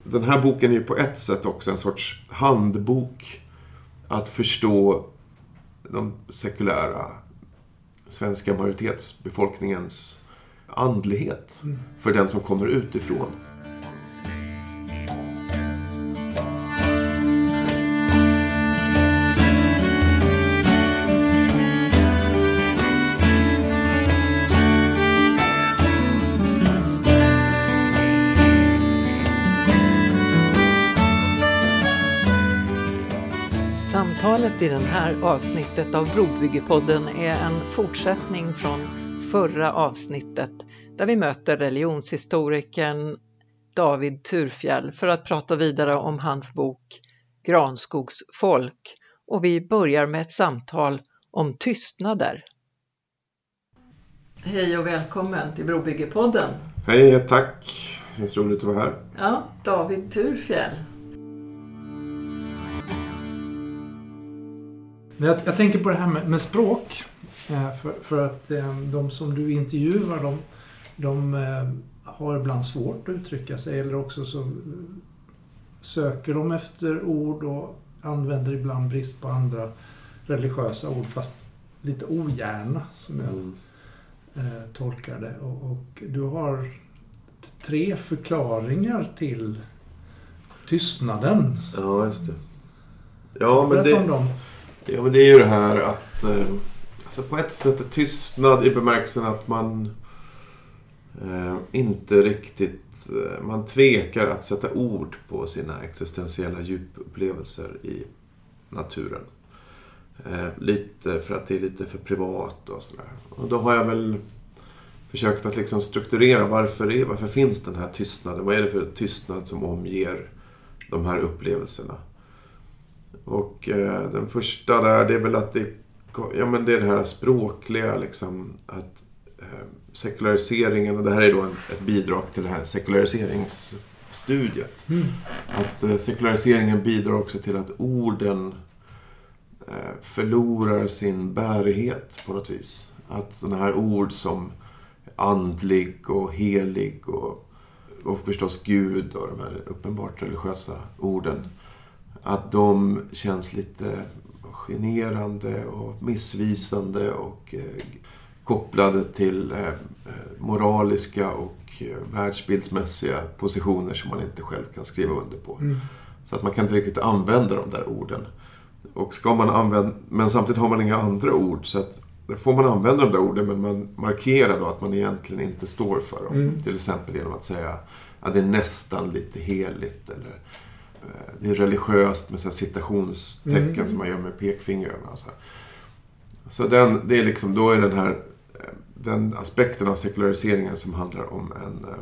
den här boken är ju på ett sätt också en sorts handbok att förstå de sekulära svenska majoritetsbefolkningens andlighet för den som kommer utifrån. Samtalet i det här avsnittet av Brobyggepodden är en fortsättning från förra avsnittet där vi möter religionshistorikern David Thurfjell för att prata vidare om hans bok Granskogsfolk, och vi börjar med ett samtal om tystnader. Hej och välkommen till Brobyggepodden. Hej, tack. Det känns roligt att vara här. Ja, David Thurfjell. Jag tänker på det här med språk. För att de som du intervjuar, de har ibland svårt att uttrycka sig. Eller också så söker de efter ord och använder ibland brist på andra religiösa ord. Fast lite ogärna som jag tolkar det. Och du har 3 förklaringar till tystnaden. Ja, just det. Ja, men berätta om dem. Ja, men det är ju det här att alltså på ett sätt är tystnad i bemärkelsen att man inte riktigt, man tvekar att sätta ord på sina existentiella djupupplevelser i naturen. Lite för att det är lite för privat och sådär. Och då har jag väl försökt att liksom strukturera varför finns den här tystnaden? Vad är det för tystnad som omger de här upplevelserna? Och den första där, det är väl att det är det här språkliga liksom, att sekulariseringen, och det här är då ett bidrag till det här sekulariseringsstudiet. Att sekulariseringen bidrar också till att orden förlorar sin bärighet på något vis. Att sådana här ord som andlig och helig och förstås Gud och de här uppenbart religiösa orden, att de känns lite generande och missvisande och kopplade till moraliska och världsbildsmässiga positioner som man inte själv kan skriva under på. Så att man kan inte riktigt använda de där orden. Och ska man använda, men samtidigt har man inga andra ord, så att då får man använda de där orden, men man markerar då att man egentligen inte står för dem. Till exempel genom att säga att det är nästan lite heligt, eller det är religiöst med så här citationstecken som man gör med pekfingrarna. Så det är liksom, då är den aspekten av sekulariseringen som handlar om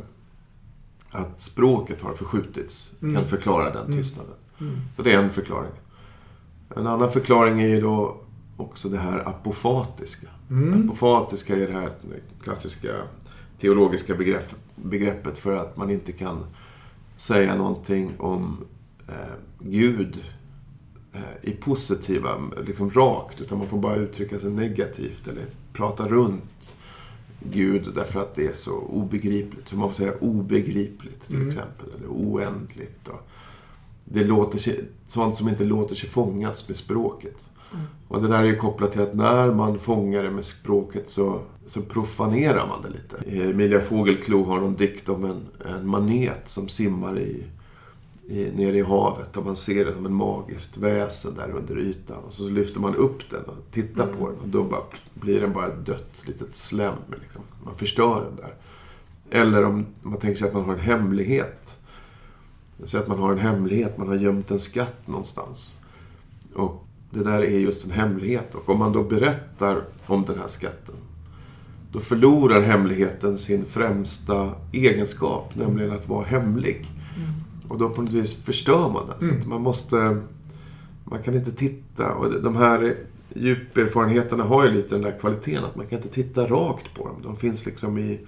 att språket har förskjutits kan förklara den tystnaden. Så det är en förklaring. En annan förklaring är ju då också det här apofatiska. Apofatiska är det här klassiska teologiska begreppet för att man inte kan säga någonting om Gud i positiva, liksom rakt, utan man får bara uttrycka sig negativt eller prata runt Gud därför att det är så obegripligt. Så man får säga obegripligt till exempel, eller oändligt. Och det låter sig, sånt som inte låter sig fångas med språket. Och det där är ju kopplat till att när man fångar det med språket så profanerar man det lite. Emilia Fågelklo har någon dikt om en manet som simmar nere i havet, och man ser det som en magiskt väsen där under ytan, och så lyfter man upp den och tittar på den, och då blir den bara ett dött litet slem liksom. Man förstör den där. Eller om man tänker sig att man har en hemlighet, så att man har en hemlighet, man har gömt en skatt någonstans, och det där är just en hemlighet, och om man då berättar om den här skatten, då förlorar hemligheten sin främsta egenskap, nämligen att vara hemlig. Och då på något vis förstör man den. Så att man kan inte titta. Och de här djuperfarenheterna har ju lite den där kvaliteten att man kan inte titta rakt på dem. De finns liksom i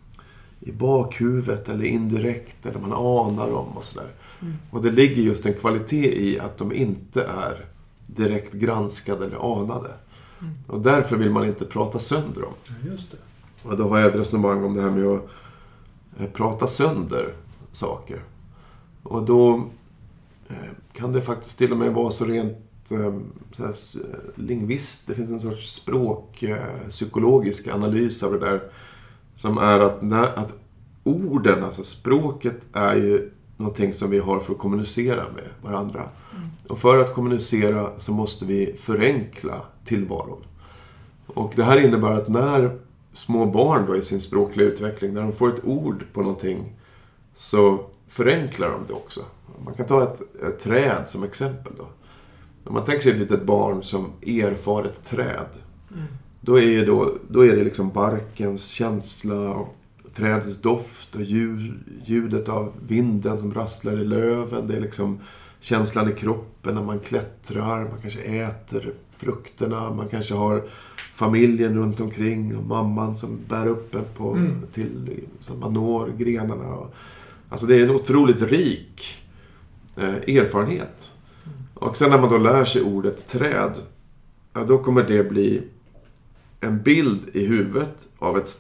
bakhuvudet eller indirekt, eller man anar dem och sådär. Och det ligger just en kvalitet i att de inte är direkt granskade eller anade. Och därför vill man inte prata sönder dem. Ja, just det. Och då har jag ett resonemang om det här med att prata sönder saker. Och då kan det faktiskt till och med vara så rent lingvist. Det finns en sorts språkpsykologisk analys av det där. Som är att orden, alltså språket, är ju någonting som vi har för att kommunicera med varandra. Och för att kommunicera så måste vi förenkla tillvaron. Och det här innebär att när små barn då i sin språkliga utveckling, när de får ett ord på någonting, så förenklar de det också. Man kan ta ett träd som exempel då. Om man tänker sig ett litet barn som erfar ett träd, då är det liksom barkens känsla och trädets doft och ljudet av vinden som rasslar i löven. Det är liksom känslan i kroppen när man klättrar, man kanske äter frukterna, man kanske har familjen runt omkring och mamman som bär upp en till så att man når grenarna. Alltså det är en otroligt rik erfarenhet. Och sen när man då lär sig ordet träd, då kommer det bli en bild i huvudet av ett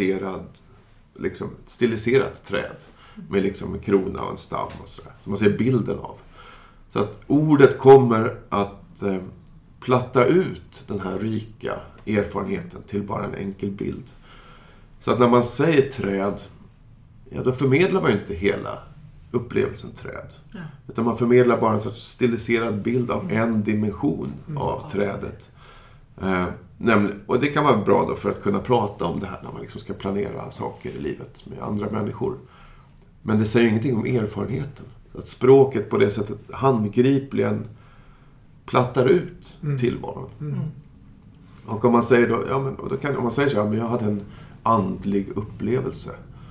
stiliserat träd med liksom en krona och en stam och sådär. Så man ser bilden av. Så att ordet kommer att platta ut den här rika erfarenheten till bara en enkel bild. Så att när man säger träd, då förmedlar man ju inte hela upplevelsen träd. Ja. Utan man förmedlar bara en sorts stiliserad bild av en dimension av trädet. Och det kan vara bra då för att kunna prata om det här när man liksom ska planera saker i livet med andra människor. Men det säger ingenting om erfarenheten. Att språket på det sättet handgripligen plattar ut tillvaron. Och om man säger då, om man säger så här, men jag hade en andlig upplevelse.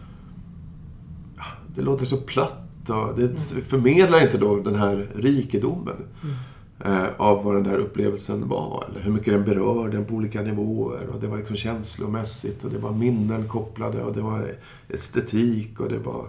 Det låter så platt och det förmedlar inte då den här rikedomen av vad den där upplevelsen var, eller hur mycket den berörde den på olika nivåer, och det var liksom känslomässigt och det var minnen kopplade och det var estetik och det var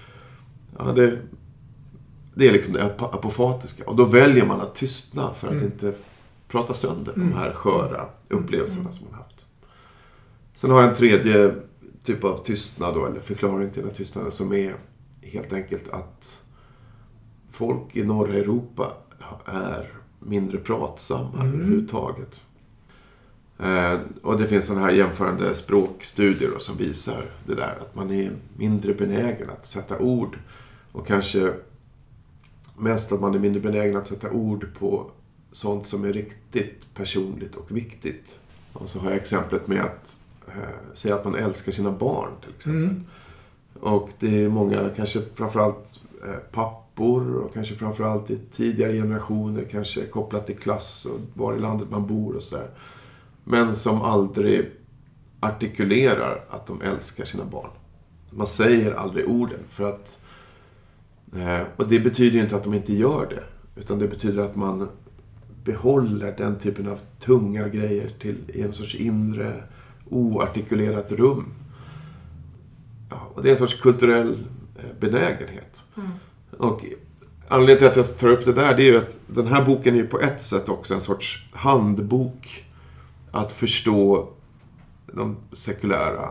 det är liksom det apofatiska, och då väljer man att tystna för att inte prata sönder de här sköra upplevelserna som man haft. Sen har jag en tredje typ av tystnad då, eller förklaring till den tystnaden, som är helt enkelt att folk i norra Europa är mindre pratsamma överhuvudtaget. Och det finns sådana här jämförande språkstudier då, som visar det där, att man är mindre benägen att sätta ord, och kanske mest att man är mindre benägen att sätta ord på sånt som är riktigt personligt och viktigt. Och så har jag exemplet med att säga att man älskar sina barn till exempel. Och det är många, kanske framförallt pappor och kanske framförallt i tidigare generationer, kanske kopplat till klass och var i landet man bor och sådär. Men som aldrig artikulerar att de älskar sina barn. Man säger aldrig orden, för att och det betyder ju inte att de inte gör det, utan det betyder att man behåller den typen av tunga grejer i en sorts inre oartikulerat rum. Ja, och det är en sorts kulturell benägenhet. Och anledningen till att jag tar upp det där, det är ju att den här boken är ju på ett sätt också en sorts handbok att förstå de sekulära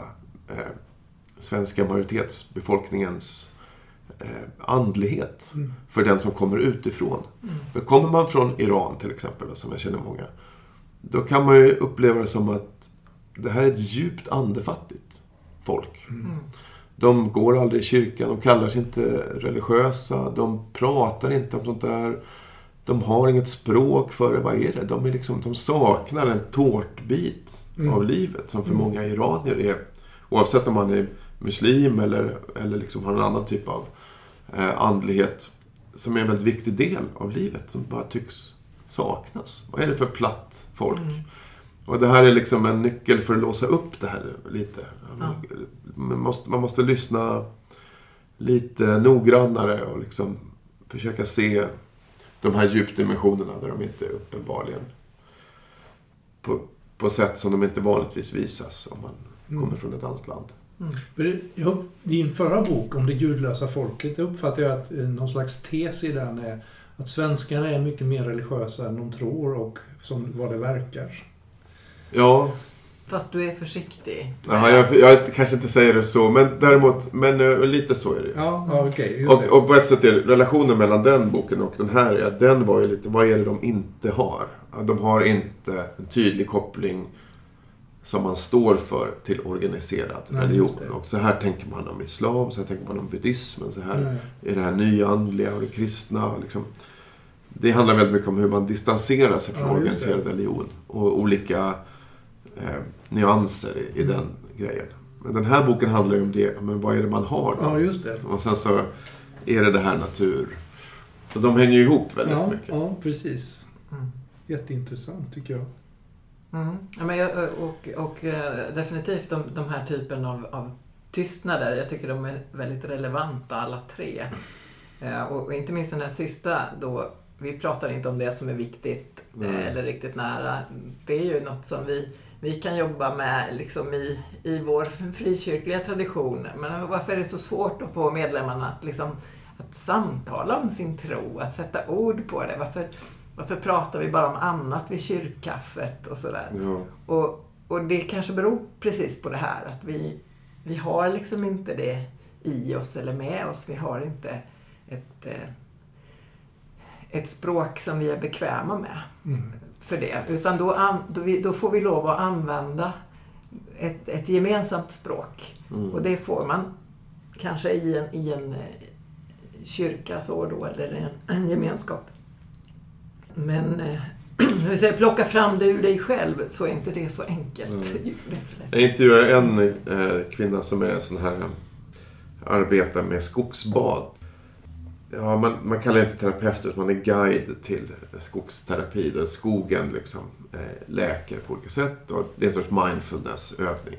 svenska majoritetsbefolkningens andlighet för den som kommer utifrån. För kommer man från Iran till exempel, som jag känner många, då kan man ju uppleva det som att det här är ett djupt andefattigt folk. De går aldrig i kyrkan, de kallar sig inte religiösa, de pratar inte om sånt där, de har inget språk för det. Vad är det? De saknar en tårtbit av livet, som för många iranier är, oavsett om man är muslim eller liksom har en annan typ av andlighet, som är en väldigt viktig del av livet, som bara tycks saknas. Vad är det för platt folk? Och det här är liksom en nyckel för att låsa upp det här lite. Man måste lyssna lite noggrannare och liksom försöka se de här djupdimensionerna där de inte uppenbarligen på sätt som de inte vanligtvis visas om man kommer från ett annat land. Din förra bok om det gudlösa folket, uppfattar jag att någon slags tes i den är att svenskarna är mycket mer religiösa än de tror och som vad det verkar. Ja, Fast du är försiktig. Ja, jag kanske inte säger det så, men däremot, lite så är det. Ja, okej. Och på ett sätt är relationen mellan den boken och den här, den var ju lite, vad är det de inte har? De har inte en tydlig koppling som man står för till organiserad religion. Och så här tänker man om islam, så här tänker man om buddhismen, så här är det här nyandliga och det kristna. Liksom. Det handlar väldigt mycket om hur man distanserar sig från organiserad religion och olika nyanser i den grejen. Men den här boken handlar ju om det, men vad är det man har då? Ja, just det. Och sen så är det här natur. Så de hänger ju ihop väldigt mycket. Ja, precis. Jätteintressant tycker jag. Ja, men och definitivt de här typen av tystnader, jag tycker de är väldigt relevanta alla tre. Och inte minst den här sista då, vi pratar inte om det som är viktigt eller riktigt nära. Det är ju något som vi kan jobba med liksom i vår frikyrkliga tradition. Men varför är det så svårt att få medlemmarna att samtala om sin tro, att sätta ord på det? Varför pratar vi bara om annat vid kyrkkaffet och sådär? Ja. Och det kanske beror precis på det här, att vi har liksom inte det i oss eller med oss. Vi har inte ett språk som vi är bekväma med för det. Utan då får vi lov att använda ett gemensamt språk. Och det får man kanske i en kyrka så då, eller en gemenskap. Men vi säger plocka fram det ur dig själv, så är inte det så enkelt. Jag intervjuade en kvinna som är sån här, arbetar med skogsbad. Ja, man kallar det inte terapeut, utan man är guide till skogsterapi där skogen liksom läker på olika sätt. Och det är en sorts mindfulness-övning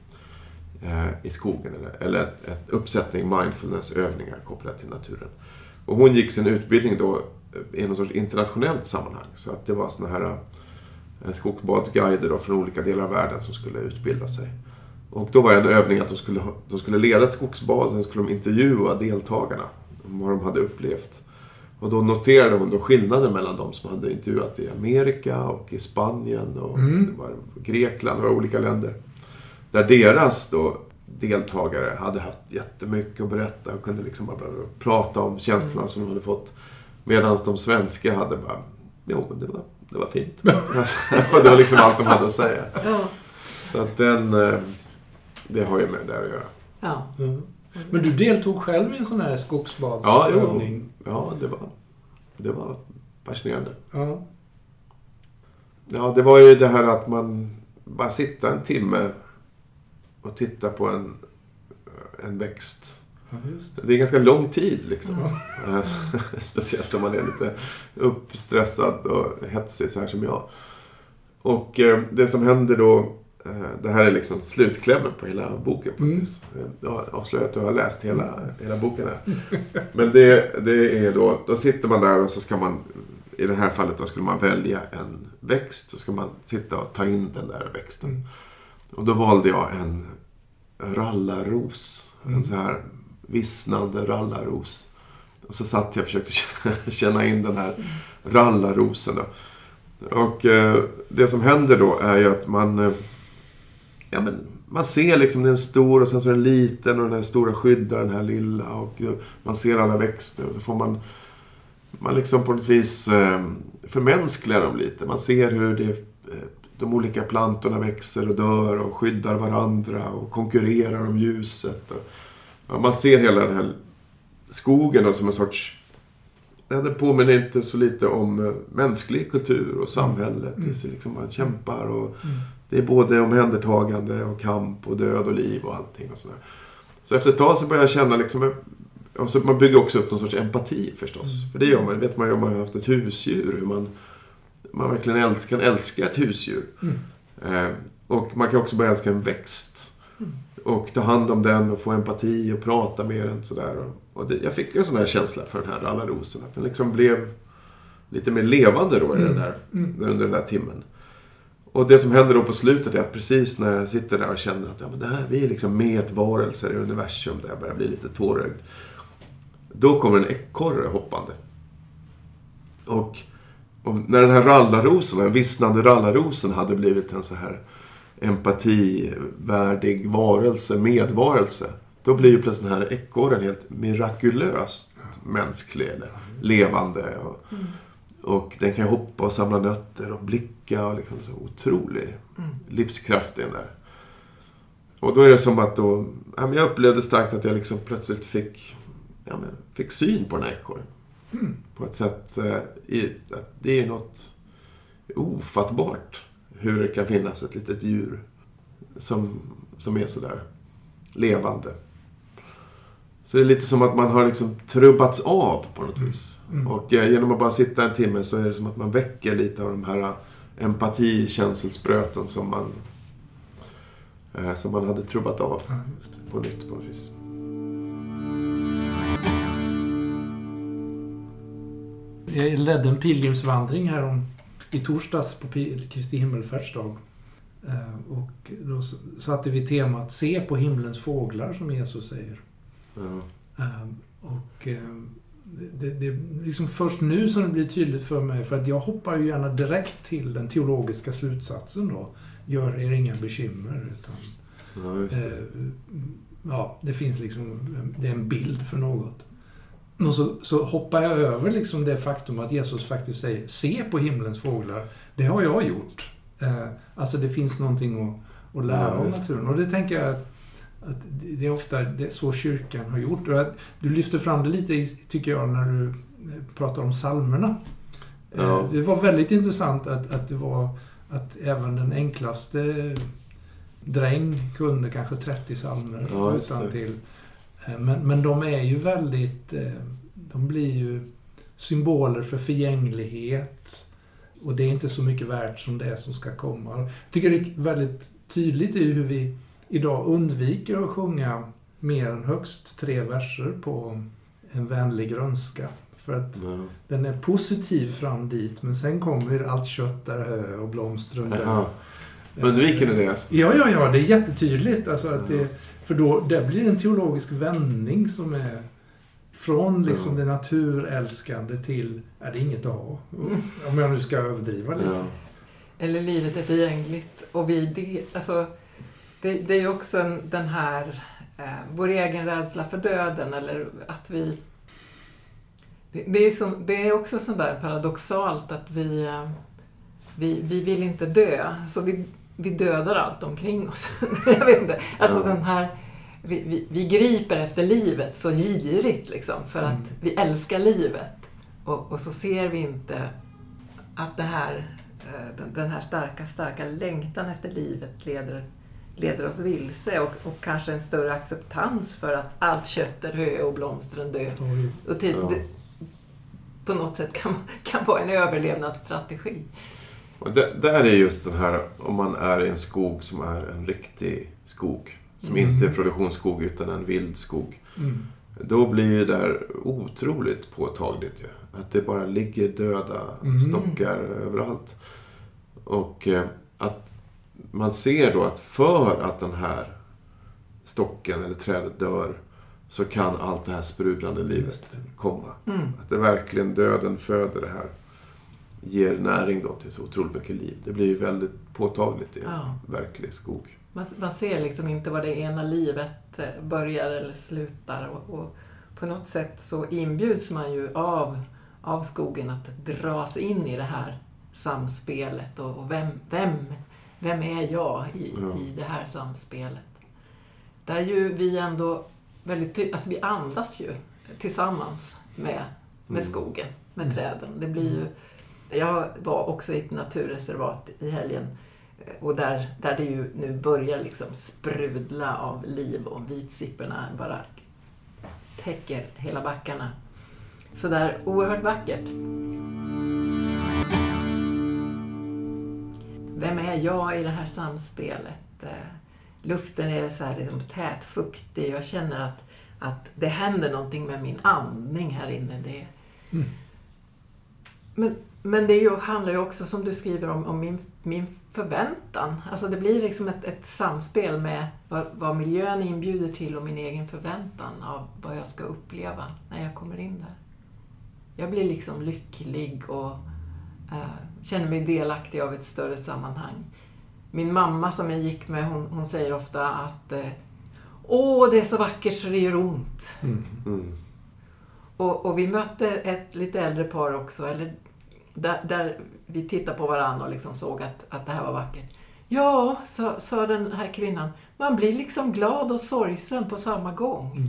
i skogen. Eller ett uppsättning mindfulness-övningar kopplat till naturen. Och hon gick sin utbildning då i någon sorts internationellt sammanhang. Så att det var såna här skogsbadsguider då från olika delar av världen som skulle utbilda sig. Och då var en övning att de skulle leda ett skogsbad och sen skulle de intervjua deltagarna om vad de hade upplevt. Och då noterade hon då skillnaden mellan de som hade intervjuat i Amerika och i Spanien och det var Grekland och olika länder. Där deras då deltagare hade haft jättemycket att berätta och kunde liksom bara prata om känslorna som de hade fått. Medan de svenska hade bara, men det var fint. Och det var liksom allt de hade att säga. Ja. Så att det har ju med det att göra. Ja. Men du deltog själv i en sån här skogsbadsövning? Ja, det var fascinerande. Ja. Ja, det var ju det här att man bara sitta en timme och titta på en växt. Ja, just det. Det är ganska lång tid liksom. Ja. Speciellt om man är lite uppstressad och hetsig så här som jag. Och det som händer då, det här är liksom slutklämmen på hela boken faktiskt. Jag har avslöjat att jag har läst hela boken här. Men det är då sitter man där och så ska man, i det här fallet då skulle man välja en växt, så ska man sitta och ta in den där växten. Och då valde jag en rallarros, en så här vissnande rallarros. Och så satt jag och försökte känna in den här rallarrosen då. Och det som händer då är ju att man ser liksom den stor och sen så är den liten och den här stora skyddar den här lilla och man ser alla växter och så får man liksom på något vis förmänskligar dem lite. Man ser hur de olika plantorna växer och dör och skyddar varandra och konkurrerar om ljuset. Och man ser hela den här skogen då som en sorts, det påminner inte så lite om mänsklig kultur och samhället. Det är liksom man kämpar och det är både omhändertagande och kamp och död och liv och allting och sådär. Så efter ett tag så börjar jag känna liksom, och så man bygger också upp någon sorts empati förstås. För det gör man, vet man ju om man har haft ett husdjur, hur man verkligen kan älska ett husdjur. Och man kan också börja älska en växt. Och ta hand om den och få empati och prata med den sådär. Och jag fick en sån här känsla för den här rallarrosen. Att den liksom blev lite mer levande då under den där timmen. Och det som händer då på slutet är att precis när jag sitter där och känner att det här, vi är liksom medvarelser i universum, där jag börjar bli lite tårögd. Då kommer en ekorre hoppande. Och när den här rallarrosen, den vissnande rallarrosen hade blivit en så här empativärdig varelse, medvarelse. Då blir ju plötsligt den här ekorren helt mirakulöst mänsklig eller levande. Och den kan hoppa och samla nötter och blicka och liksom så otrolig livskraft i den där. Och då är det som att jag upplevde starkt att jag liksom plötsligt fick syn på den här ekorren. På ett sätt att det är något ofattbart hur det kan finnas ett litet djur som är så där levande. Så det är lite som att man har liksom trubbats av på något vis. Och genom att bara sitta en timme så är det som att man väcker lite av de här empatikänselspröten som man hade trubbat av på nytt på något vis. Jag ledde en pilgrimsvandring här i torsdags på Kristi himmelfärdsdag. Och då satte vi temat Se på himlens fåglar, som Jesus säger. Och det är liksom först nu som det blir tydligt för mig, för att jag hoppar ju gärna direkt till den teologiska slutsatsen då. Gör er inga bekymmer, utan det finns liksom, det är en bild för något. Och så hoppar jag över liksom det faktum att Jesus faktiskt säger se på himlens fåglar. Det har jag gjort. Alltså det finns någonting att lära om naturen. Och det tänker jag att det är ofta det så kyrkan har gjort. Och att du lyfter fram det lite, tycker jag, när du pratar om psalmerna. Det var väldigt intressant att det var att även den enklaste dräng kunde kanske 30 psalmer utan till. Men de är ju väldigt, de blir ju symboler för förgänglighet, och det är inte så mycket värt som det som ska komma. Jag tycker det är väldigt tydligt i hur vi idag undviker att sjunga mer än högst 3 verser på en vänlig grönska. För att den är positiv fram dit, men sen kommer allt kött där, hö och blomstren där. Undviker ni det? Ja, det är jättetydligt. Alltså att för då det blir en teologisk vändning som är från liksom det naturälskande till det är inget av. Om jag nu ska överdriva lite. Eller livet är förgängligt. Och det är ju också den här vår egen rädsla för döden, eller att vi det är också sånt där paradoxalt att vi vill inte dö, så vi dödar allt omkring oss. Jag vet inte. Alltså den här vi griper efter livet så girigt liksom, för att vi älskar livet, och så ser vi inte att det här den här starka längtan efter livet leder oss vilse, och kanske en större acceptans för att allt kött är hö och blomstren dö. Och på något sätt kan vara en överlevnadsstrategi. Och där är just den här, om man är i en skog som är en riktig skog, som inte är produktionsskog utan en vild skog, då blir det där otroligt påtagligt. Att det bara ligger döda stockar överallt. Och att man ser då att för att den här stocken eller trädet dör, så kan allt det här sprudlande livet komma. Att det verkligen döden föder det här, ger näring då till så otroligt mycket liv. Det blir ju väldigt påtagligt i en verklig skog. Man ser liksom inte vad det ena livet börjar eller slutar, och på något sätt så inbjuds man ju av skogen att dras in i det här samspelet, och vem är jag i det här samspelet? Där ju vi ändå väldigt alltså vi andas ju tillsammans med skogen, med träden. Det blir ju, jag var också i ett naturreservat i helgen, och där det ju nu börjar liksom sprudla av liv, och vitsipporna bara täcker hela backarna. Så där oerhört vackert. Vem är jag i det här samspelet? Luften är så här liksom tätfuktig. Jag känner att det händer någonting med min andning här inne. Men det handlar ju också, som du skriver om min förväntan. Alltså det blir liksom ett samspel med vad miljön inbjuder till, och min egen förväntan av vad jag ska uppleva när jag kommer in där. Jag blir liksom lycklig och känner mig delaktig av ett större sammanhang. min mamma som jag gick med, hon säger ofta att åh, det är så vackert så det gör ont. Och vi mötte ett lite äldre par också, eller där vi tittade på varandra och liksom såg att det här var vackert. Ja, sa den här kvinnan, man blir liksom glad och sorgsen på samma gång.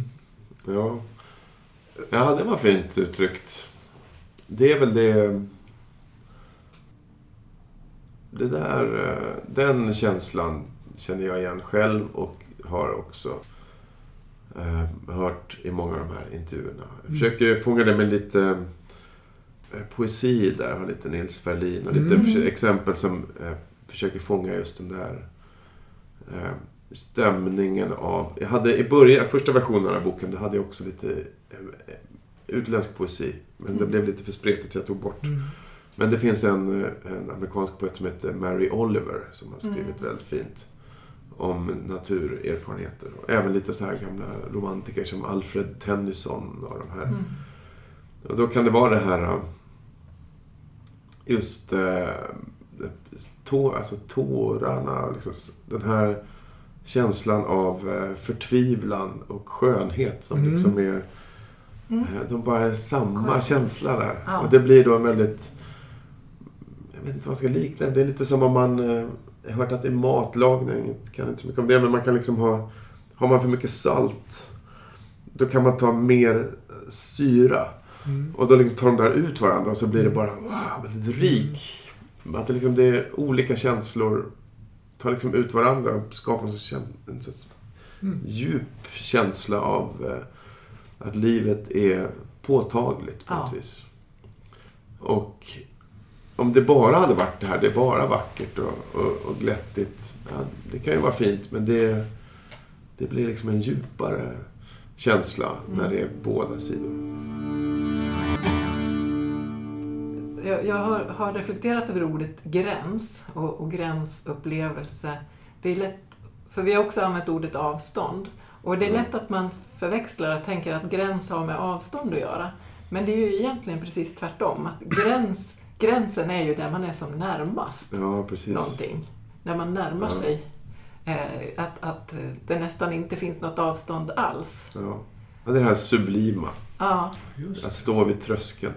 Ja, det var fint uttryckt. Det är väl det där, den känslan känner jag igen själv och har också hört i många av de här intervjuerna. Jag försöker fånga det med lite poesi där, har lite Nils Ferlin och lite exempel som försöker fånga just den där stämningen av... Jag hade i början, första versionen av boken, det hade jag också lite utländsk poesi, men det blev lite för spretigt så jag tog bort. Men det finns en amerikansk poet som heter Mary Oliver som har skrivit väldigt fint om naturerfarenheter. Och även lite så här gamla romantiker som Alfred Tennyson och de här. Och då kan det vara det här just tårarna, liksom, den här känslan av förtvivlan och skönhet som liksom är de bara är samma känsla där. Ja. Och det blir då en väldigt, jag vet inte vad jag ska likna det är lite som om man jag har hört att i matlagning, kan inte så mycket om det, men man kan liksom har man för mycket salt, då kan man ta mer syra och då liksom tar de där ut varandra och så blir det bara väldigt rik. Att det, liksom, det är olika känslor tar liksom ut varandra och skapar en djup känsla av att livet är påtagligt på något vis. Och om det bara hade varit det här, det är bara vackert och glättigt, det kan ju vara fint, men det blir liksom en djupare känsla när det är båda sidor. Jag har reflekterat över ordet gräns och gränsupplevelse. Det är lätt, för vi har också använt ordet avstånd. Och det är lätt att man förväxlar och tänker att gräns har med avstånd att göra. Men det är ju egentligen precis tvärtom. Att gränsen är ju där man är som närmast någonting. När man närmar sig att det nästan inte finns något avstånd alls. Ja, det är det här sublima. Ja. Att stå vid tröskeln.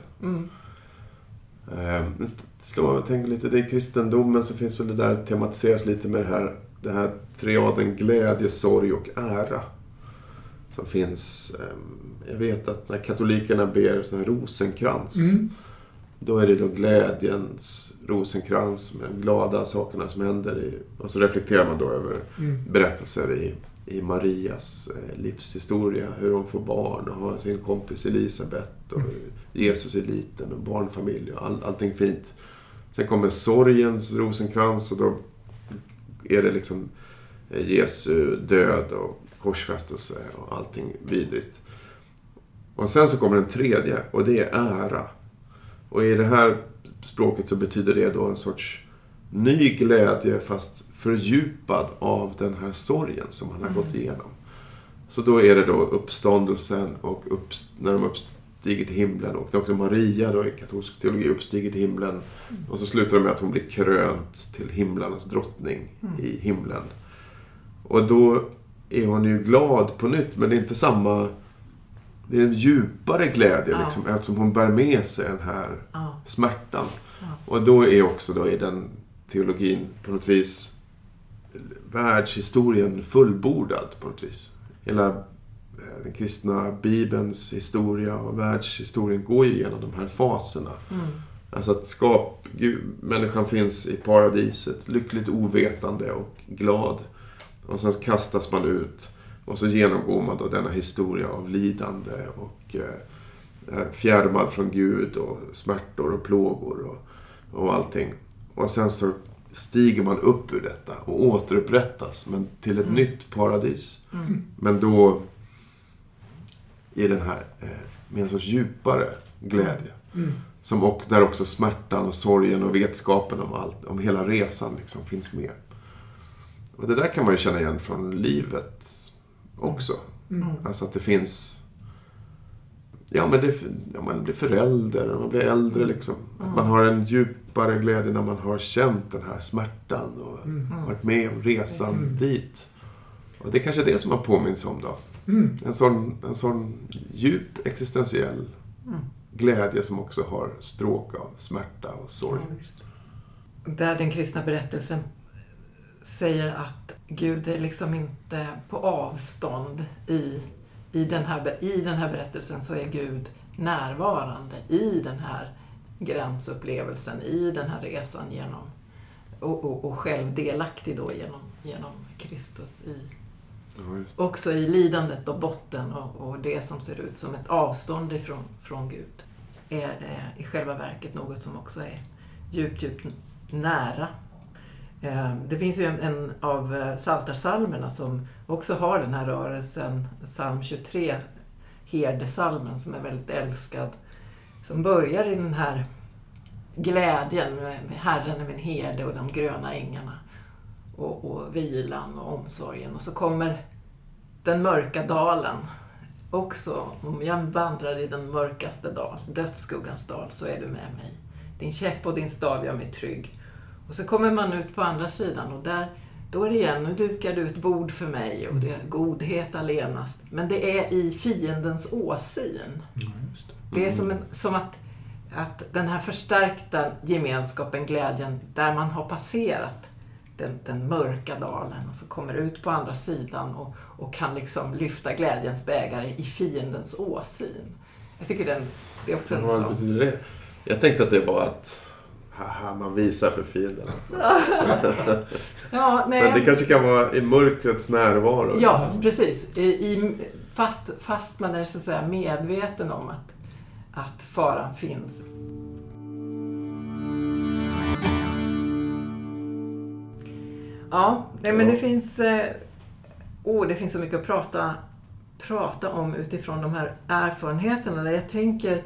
Jag tänker lite, det är kristendomen så finns väl det där tematiseras lite med det här triaden glädje, sorg och ära som finns. Jag vet att när katolikerna ber sån här rosenkrans, då är det då glädjens rosenkrans med de glada sakerna som händer och så reflekterar man då över berättelser i Marias livshistoria, hur hon får barn och har sin kompis Elisabet och Jesus är liten och barnfamilj och allting fint. Sen kommer sorgens rosenkrans och då är det liksom Jesu död och korsfästelse och allting vidrigt. Och sen så kommer den tredje och det är ära. Och i det här språket så betyder det då en sorts ny glädje fast fördjupad av den här sorgen som han har gått igenom. Så då är det då uppståndelsen och när de uppstiger till himlen och också Maria då i katolsk teologi uppstiger till himlen och så slutar det med att hon blir krönt till himlarnas drottning i himlen. Och då är hon ju glad på nytt, men det är inte samma, det är en djupare glädje liksom, eftersom hon bär med sig den här smärtan. Och då är också då i den teologin på något vis världshistorien fullbordad på något vis. Hela den kristna bibelns historia och världshistorien går igenom de här faserna. Alltså att människan finns i paradiset, lyckligt ovetande och glad. Och sen kastas man ut och så genomgår man då denna historia av lidande och fjärmad från Gud och smärtor och plågor och allting. Och sen så stiger man upp ur detta och återupprättas men till ett nytt paradis. Men då är den här med en sorts djupare glädje. Som där också smärtan och sorgen och vetskapen om allt, om hela resan liksom finns med. Och det där kan man ju känna igen från livet också. Alltså att det finns Ja, men man blir förälder, man blir äldre liksom. Att man har en djupare glädje när man har känt den här smärtan och varit med om resan dit. Och det är kanske det som man påminns om då. En sån djup existentiell glädje som också har stråk av smärta och sorg. Där den kristna berättelsen säger att Gud är liksom inte på avstånd i den här berättelsen, så är Gud närvarande i den här gränsupplevelsen, i den här resan genom och själv delaktig då genom Kristus också i lidandet och botten och det som ser ut som ett avstånd från Gud är i själva verket något som också är djupt nära. Det finns ju en av Psaltarpsalmerna som också har den här rörelsen, psalm 23, herdesalmen, som är väldigt älskad, som börjar i den här glädjen med Herren är min herde och de gröna ängarna och vilan och omsorgen, och så kommer den mörka dalen också. Om jag vandrar i den mörkaste dal, dödsskuggans dal, så är du med mig. Din käpp och din stav gör mig trygg. Och så kommer man ut på andra sidan och då är det igen, nu dukar du ett bord för mig och det är godhet allenast. Men det är i fiendens åsyn. Det är som att den här förstärkta gemenskapen, glädjen, där man har passerat den mörka dalen och så kommer ut på andra sidan och kan liksom lyfta glädjens bägare i fiendens åsyn. Jag tycker det är också en Vad betyder det? Jag tänkte att det var att man visar för fienden. Ja, nej. Men det kanske kan vara i mörkrets närvaro. Ja, precis. Fast man är så att säga medveten om att faran finns. Ja, nej, men det finns så mycket att prata om utifrån de här erfarenheterna. Där jag tänker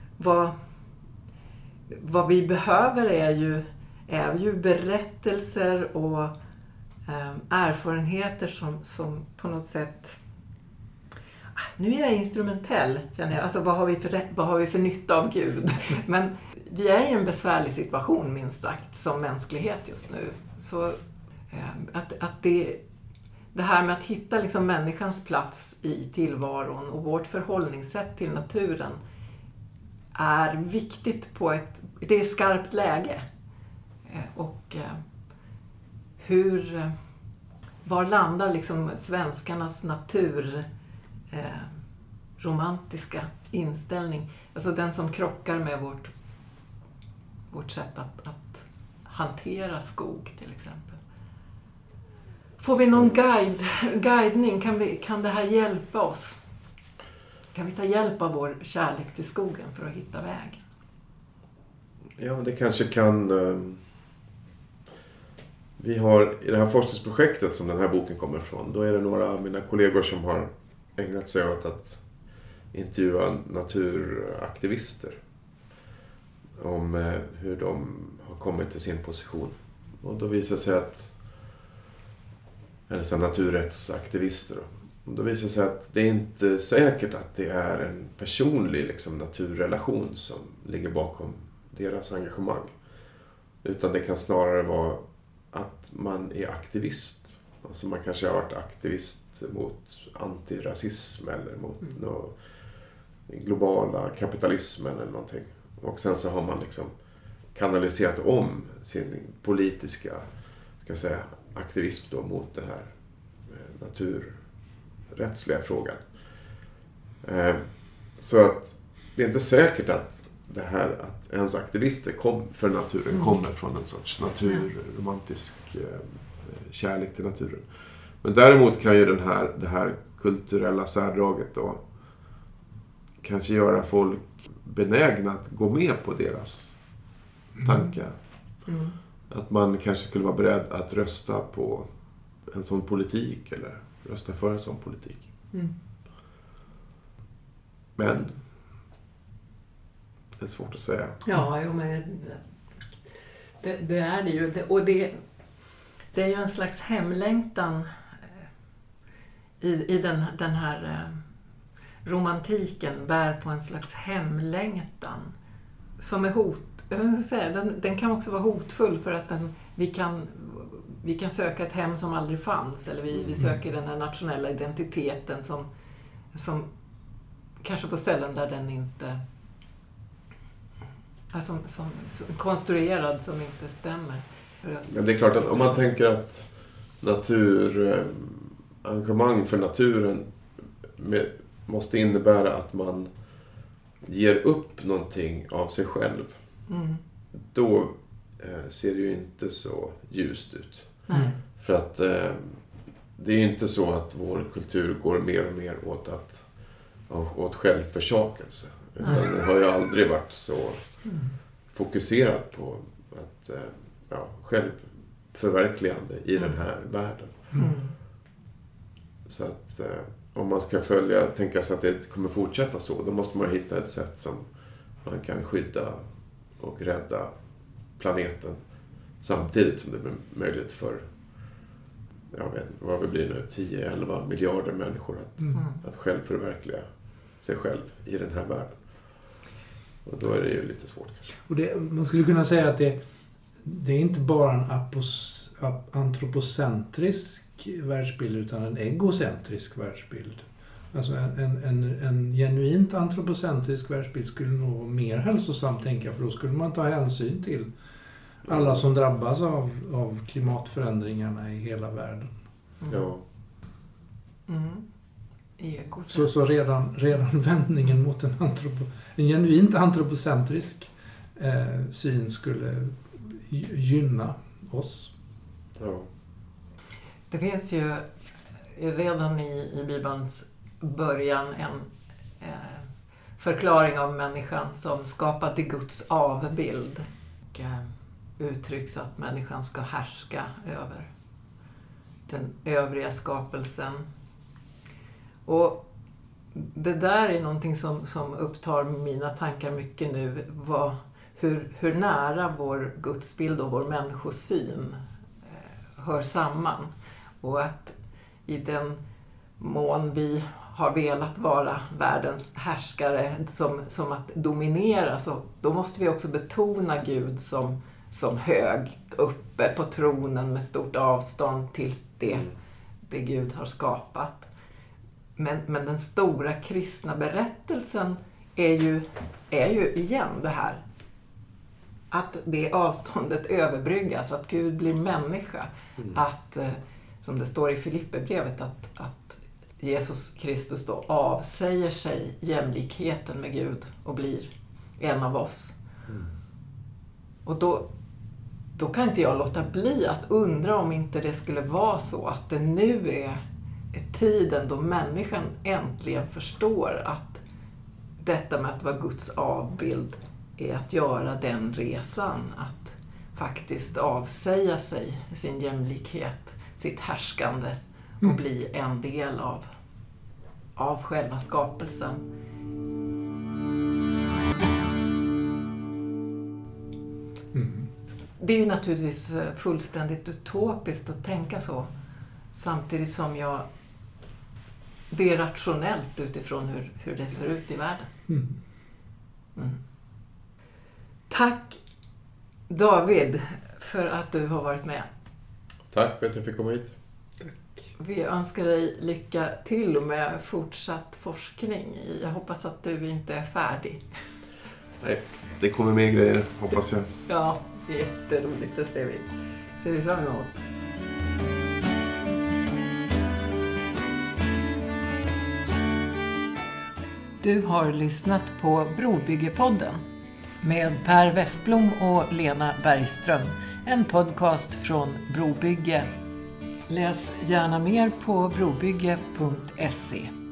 vad vi behöver är ju berättelser och erfarenheter som på något sätt... Nu är jag instrumentell, känner jag. Alltså vad har vi för nytta av Gud? Men vi är i en besvärlig situation, minst sagt, som mänsklighet just nu. Så att det här med att hitta liksom människans plats i tillvaron och vårt förhållningssätt till naturen är viktigt det är skarpt läge. Och var landar liksom svenskarnas romantiska inställning, alltså den som krockar med vårt sätt att hantera skog till exempel. Får vi någon guidning? Kan det här hjälpa oss? Kan vi ta hjälp av vår kärlek till skogen för att hitta väg? Ja, det kanske kan... Vi har i det här forskningsprojektet som den här boken kommer ifrån, då är det några av mina kollegor som har ägnat sig åt att intervjua naturaktivister om hur de har kommit till sin position. Och då visar sig eller naturrättsaktivister då visar sig att det är inte säkert att det är en personlig liksom, naturrelation som ligger bakom deras engagemang. Utan det kan snarare vara att man är aktivist. Alltså man kanske har varit aktivist mot antirasism eller mot globala kapitalismen eller någonting. Och sen så har man liksom kanaliserat om sin politiska aktivism då mot den här naturrättsliga frågan. Så att det är inte säkert att det här att ens aktivister för naturen kommer från en sorts naturromantisk kärlek till naturen. Men däremot kan ju det här kulturella särdraget då kanske göra folk benägna att gå med på deras tankar. Att man kanske skulle vara beredd att rösta på en sån politik eller rösta för en sån politik. Men det är svårt att säga. Ja, men det är det ju. Och det är ju en slags hemlängtan i den här romantiken bär på en slags hemlängtan som är den kan också vara hotfull för att vi kan söka ett hem som aldrig fanns, eller vi söker den här nationella identiteten som kanske på ställen där den inte är som konstruerad, som inte stämmer. Men det är klart att om man tänker att engagemang för naturen måste innebära att man ger upp någonting av sig själv. Då ser det ju inte så ljust ut. För att det är ju inte så att vår kultur går mer och mer åt självförsakelse. Utan det har ju aldrig varit så fokuserad på att självförverkligande i den här världen. Så att om man ska tänka sig att det kommer fortsätta så, då måste man hitta ett sätt som man kan skydda och rädda planeten samtidigt som det blir möjligt för vad det blir nu, 10-11 miljarder människor att själv förverkliga sig själv i den här världen. Och då är det ju lite svårt kanske. Och man skulle kunna säga att det är inte bara en antropocentrisk världsbild utan en egocentrisk världsbild. Alltså en genuint antropocentrisk världsbild skulle nog vara mer hälsosam, tänka, för då skulle man ta hänsyn till alla som drabbas av klimatförändringarna i hela världen. Ja. Så redan vändningen mot en genuint antropocentrisk syn skulle gynna oss. Ja. Det finns ju redan i Bibelns början en förklaring av människan som skapade Guds avbild. Och uttrycks att människan ska härska över den övriga skapelsen. Och det där är någonting som upptar mina tankar mycket nu. Hur nära vår gudsbild och vår människosyn hör samman. Och att i den mån vi har velat vara världens härskare som att dominera, så då måste vi också betona Gud som högt uppe på tronen med stort avstånd till det Gud har skapat. Men den stora kristna berättelsen är ju igen det här. Att det avståndet överbryggas, att Gud blir människa. Att, som det står i Filipperbrevet, att Jesus Kristus då avsäger sig jämlikheten med Gud och blir en av oss. Och då kan inte jag låta bli att undra om inte det skulle vara så att det nu är tiden då människan äntligen förstår att detta med att vara Guds avbild är att göra den resan, att faktiskt avsäga sig sin jämlikhet, sitt härskande och bli en del av själva skapelsen. Det är ju naturligtvis fullständigt utopiskt att tänka så, samtidigt som det är rationellt utifrån hur det ser ut i världen. Tack David för att du har varit med. Tack för att jag fick komma hit. Tack. Vi önskar dig lycka till med fortsatt forskning. Jag hoppas att du inte är färdig. Nej, det kommer mer grejer, hoppas jag. Ja, det är jätteroligt, det ser vi fram emot. Du har lyssnat på Brobyggepodden med Per Westblom och Lena Bergström. En podcast från Brobygge. Läs gärna mer på brobygge.se.